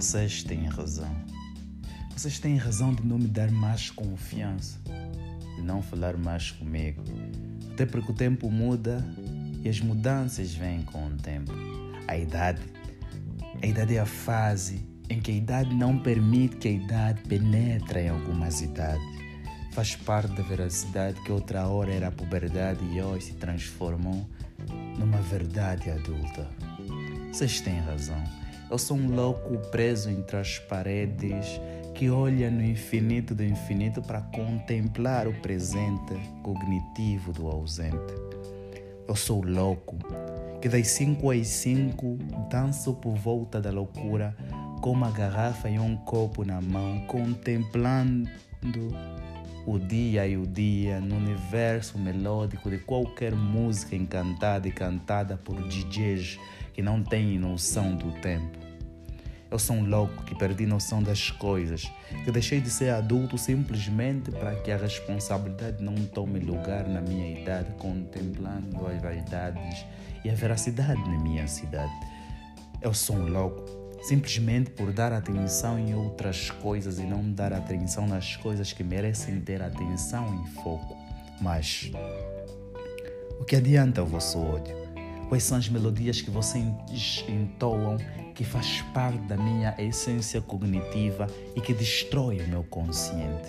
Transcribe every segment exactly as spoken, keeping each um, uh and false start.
Vocês têm razão. Vocês têm razão de não me dar mais confiança, de não falar mais comigo. Até porque o tempo muda e as mudanças vêm com o tempo. A idade, a idade é a fase em que a idade não permite que a idade penetre em algumas idades. Faz parte da veracidade que outra hora era a puberdade e hoje se transformou numa verdade adulta. Vocês têm razão. Eu sou um louco preso entre as paredes que olha no infinito do infinito para contemplar o presente cognitivo do ausente. Eu sou o louco que das cinco às cinco danço por volta da loucura com uma garrafa e um copo na mão, contemplando o dia e o dia no universo melódico de qualquer música encantada e cantada por D Js que não têm noção do tempo. Eu sou um louco que perdi noção das coisas, que deixei de ser adulto simplesmente para que a responsabilidade não tome lugar na minha idade, contemplando as vaidades e a veracidade na minha cidade. Eu sou um louco simplesmente por dar atenção em outras coisas e não dar atenção nas coisas que merecem ter atenção e foco. Mas o que adianta o vosso ódio? Quais são as melodias que vocês entoam que faz parte da minha essência cognitiva e que destrói o meu consciente?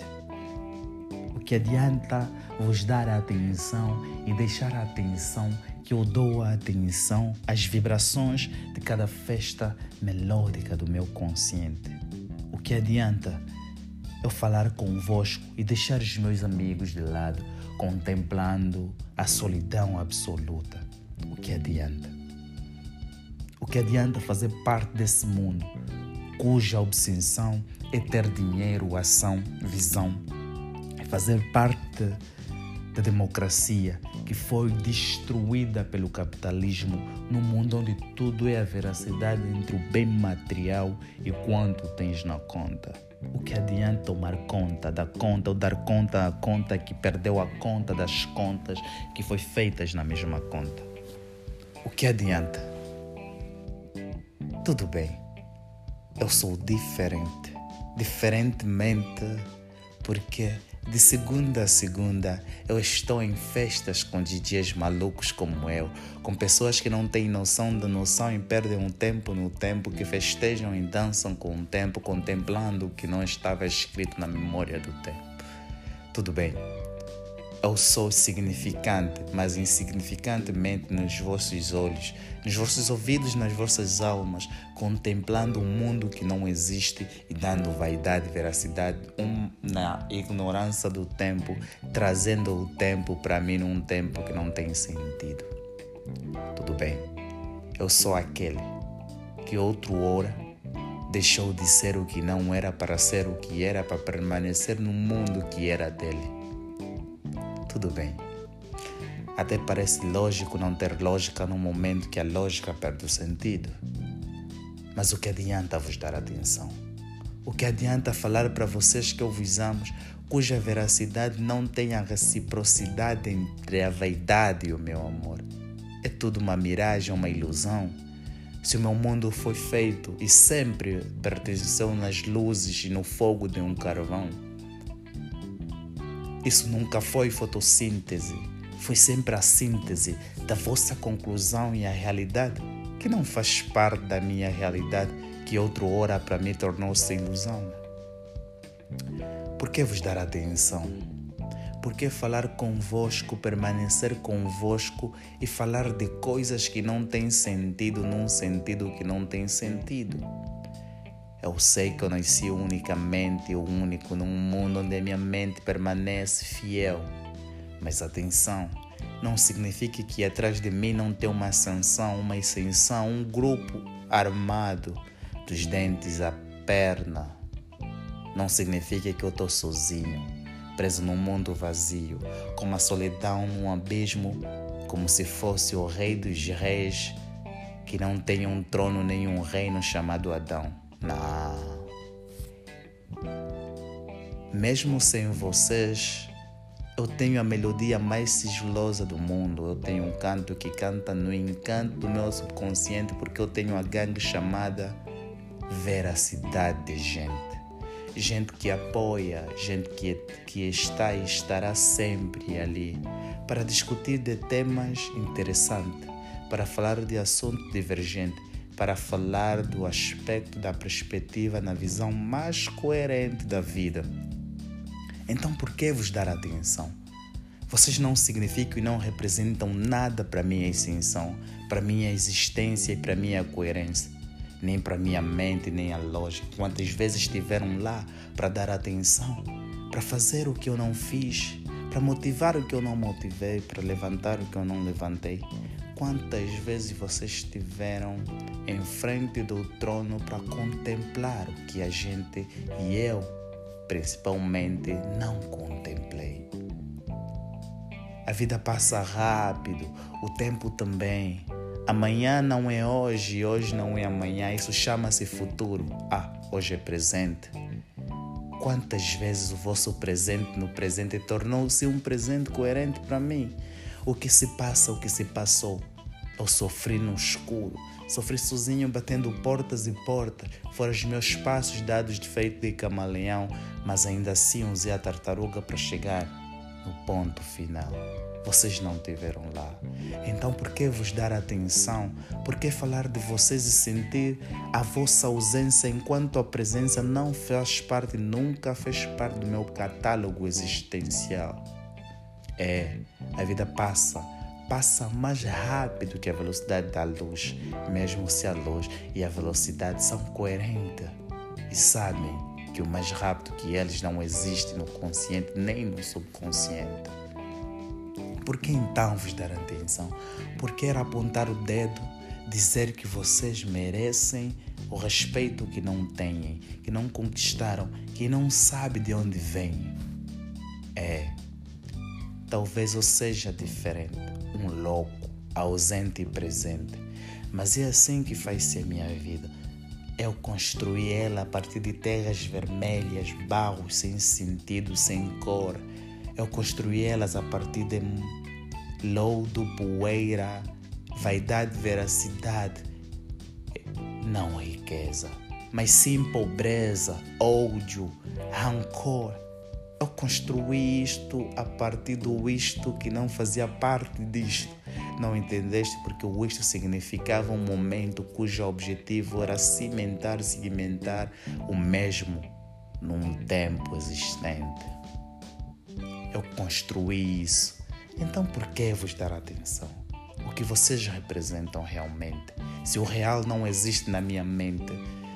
O que adianta vos dar a atenção e deixar a atenção que eu dou a atenção às vibrações de cada festa melódica do meu consciente? O que adianta eu falar convosco e deixar os meus amigos de lado, contemplando a solidão absoluta? O que adianta? O que adianta fazer parte desse mundo cuja obsessão é ter dinheiro, ação, visão, é fazer parte da democracia que foi destruída pelo capitalismo num mundo onde tudo é a veracidade entre o bem material e quanto tens na conta? O que adianta tomar conta da conta ou dar conta à conta que perdeu a conta das contas que foi feitas na mesma conta? O que adianta? Tudo bem, eu sou diferente, diferentemente porque de segunda a segunda eu estou em festas com D Js malucos como eu, com pessoas que não têm noção da noção e perdem um tempo no tempo, que festejam e dançam com o tempo, contemplando o que não estava escrito na memória do tempo. Tudo bem. Eu sou significante, mas insignificantemente nos vossos olhos, nos vossos ouvidos, nas vossas almas, contemplando um mundo que não existe e dando vaidade e veracidade um, na ignorância do tempo, trazendo o tempo para mim num tempo que não tem sentido. Tudo bem, eu sou aquele que outro hora deixou de ser o que não era para ser o que era, para permanecer no mundo que era dele. Tudo bem. Até parece lógico não ter lógica no momento que a lógica perde o sentido. Mas o que adianta vos dar atenção? O que adianta falar para vocês que eu vos amo, cuja veracidade não tem a reciprocidade entre a vaidade e o meu amor? É tudo uma miragem, uma ilusão? Se o meu mundo foi feito e sempre pertenceu nas luzes e no fogo de um carvão, isso nunca foi fotossíntese, foi sempre a síntese da vossa conclusão e a realidade, que não faz parte da minha realidade, que outra hora para mim tornou-se ilusão. Por que vos dar atenção? Por que falar convosco, permanecer convosco e falar de coisas que não têm sentido num sentido que não tem sentido? Eu sei que eu nasci unicamente o único num mundo onde a minha mente permanece fiel. Mas atenção, não significa que atrás de mim não tem uma sanção, uma ascensão, um grupo armado dos dentes à perna. Não significa que eu estou sozinho, preso num mundo vazio, com uma solidão num abismo, como se fosse o rei dos reis, que não tem um trono nem um reino chamado Adão. Não. Mesmo sem vocês, eu tenho a melodia mais sigilosa do mundo. Eu tenho um canto que canta no encanto do meu subconsciente, porque eu tenho a gangue chamada veracidade de gente. Gente que apoia, gente que, que está e estará sempre ali para discutir de temas interessantes, para falar de assuntos divergentes, para falar do aspecto da perspectiva na visão mais coerente da vida. Então, por que vos dar atenção? Vocês não significam e não representam nada para minha extensão, para minha existência e para minha coerência. Nem para minha mente, nem a lógica. Quantas vezes estiveram lá para dar atenção, para fazer o que eu não fiz, para motivar o que eu não motivei, para levantar o que eu não levantei. Quantas vezes vocês estiveram em frente do trono para contemplar o que a gente e eu, principalmente, não contemplei. A vida passa rápido, o tempo também. Amanhã não é hoje, hoje não é amanhã. Isso chama-se futuro. Ah, hoje é presente. Quantas vezes o vosso presente no presente tornou-se um presente coerente para mim? O que se passa, o que se passou? Eu sofri no escuro, sofri sozinho batendo portas e portas. Foram os meus passos dados de feito de camaleão, mas ainda assim usei a tartaruga para chegar no ponto final. Vocês não estiveram lá. Então por que vos dar atenção? Por que falar de vocês e sentir a vossa ausência enquanto a presença não faz parte, nunca fez parte do meu catálogo existencial? É, a vida passa, passa mais rápido que a velocidade da luz, mesmo se a luz e a velocidade são coerentes. E sabem que o mais rápido que eles não existe no consciente nem no subconsciente. Por que então vos dar atenção? Por que era apontar o dedo, dizer que vocês merecem o respeito que não têm, que não conquistaram, que não sabem de onde vêm? É, talvez eu seja diferente, um louco, ausente e presente, mas é assim que faz ser a minha vida. Eu construí ela a partir de terras vermelhas, barros sem sentido, sem cor. Eu construí elas a partir de lodo, poeira, vaidade, veracidade. Não riqueza, mas sim pobreza, ódio, rancor. Eu construí isto a partir do isto que não fazia parte disto. Não entendeste? Porque o isto significava um momento cujo objetivo era cimentar, segmentar o mesmo num tempo existente. Eu construí isso. Então por que vos dar atenção? O que vocês representam realmente? Se o real não existe na minha mente,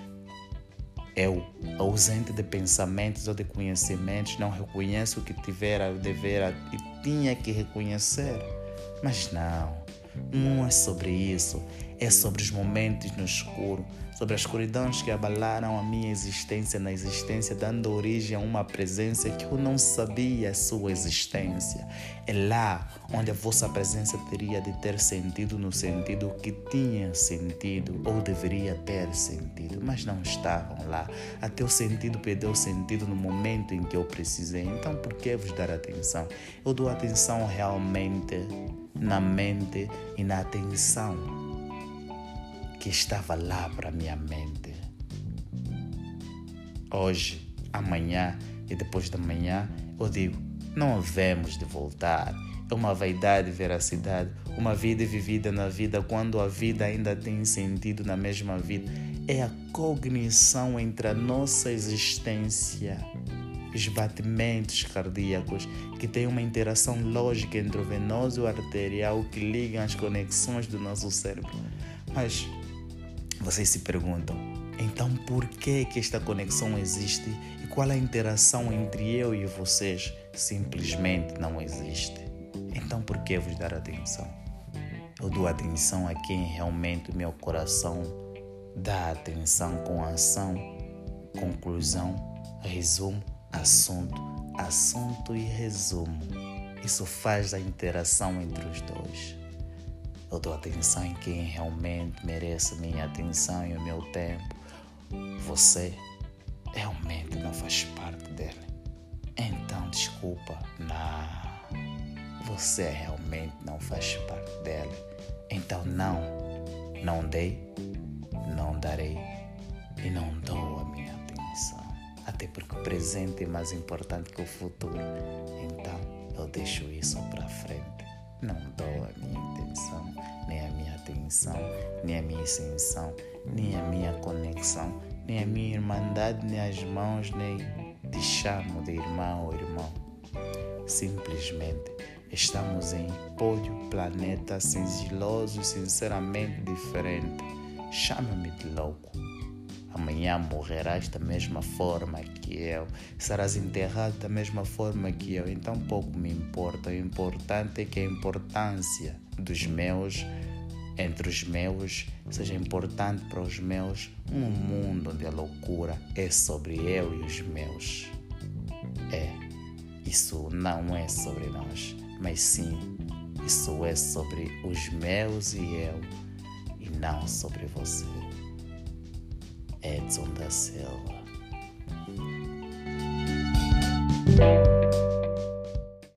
eu, ausente de pensamentos ou de conhecimentos, não reconheço o que tivera o dever e tinha que reconhecer. Mas não, não é sobre isso. É sobre os momentos no escuro, sobre as escuridões que abalaram a minha existência na existência, dando origem a uma presença que eu não sabia a sua existência. É lá onde a vossa presença teria de ter sentido no sentido que tinha sentido ou deveria ter sentido, mas não estavam lá. Até o sentido perdeu sentido no momento em que eu precisei. Então por que vos dar atenção? Eu dou atenção realmente na mente e na atenção que estava lá para minha mente. Hoje, amanhã e depois da manhã, eu digo, não havemos de voltar. É uma vaidade e veracidade, uma vida vivida na vida quando a vida ainda tem sentido na mesma vida. É a cognição entre a nossa existência, os batimentos cardíacos, que tem uma interação lógica entre o venoso e o arterial que ligam as conexões do nosso cérebro. Mas vocês se perguntam, então por que que esta conexão existe e qual a interação entre eu e vocês? Simplesmente não existe. Então por que vos dar atenção? Eu dou atenção a quem realmente o meu coração dá atenção com ação, conclusão, resumo, assunto, assunto e resumo. Isso faz a interação entre os dois. Eu dou atenção em quem realmente merece minha atenção e o meu tempo. Você realmente não faz parte dele. Então, desculpa, não. Você realmente não faz parte dele. Então, não. Não dei, não darei. e não dou a minha atenção. Até porque o presente é mais importante que o futuro. Então eu deixo isso para frente. Não dou a minha intenção, nem a minha atenção, nem a minha ascensão, nem a minha conexão, nem a minha irmandade, nem as mãos, nem te chamo de irmão ou irmão. Simplesmente estamos em pódio planeta sigiloso e sinceramente diferente. Chama-me de louco. Amanhã morrerás da mesma forma que eu. Serás enterrado da mesma forma que eu. Então pouco me importa. O importante é que a importância dos meus, entre os meus, seja importante para os meus. Um mundo onde a loucura é sobre eu e os meus. É, isso não é sobre nós, mas sim, isso é sobre os meus e eu, e não sobre você. Edson da Silva.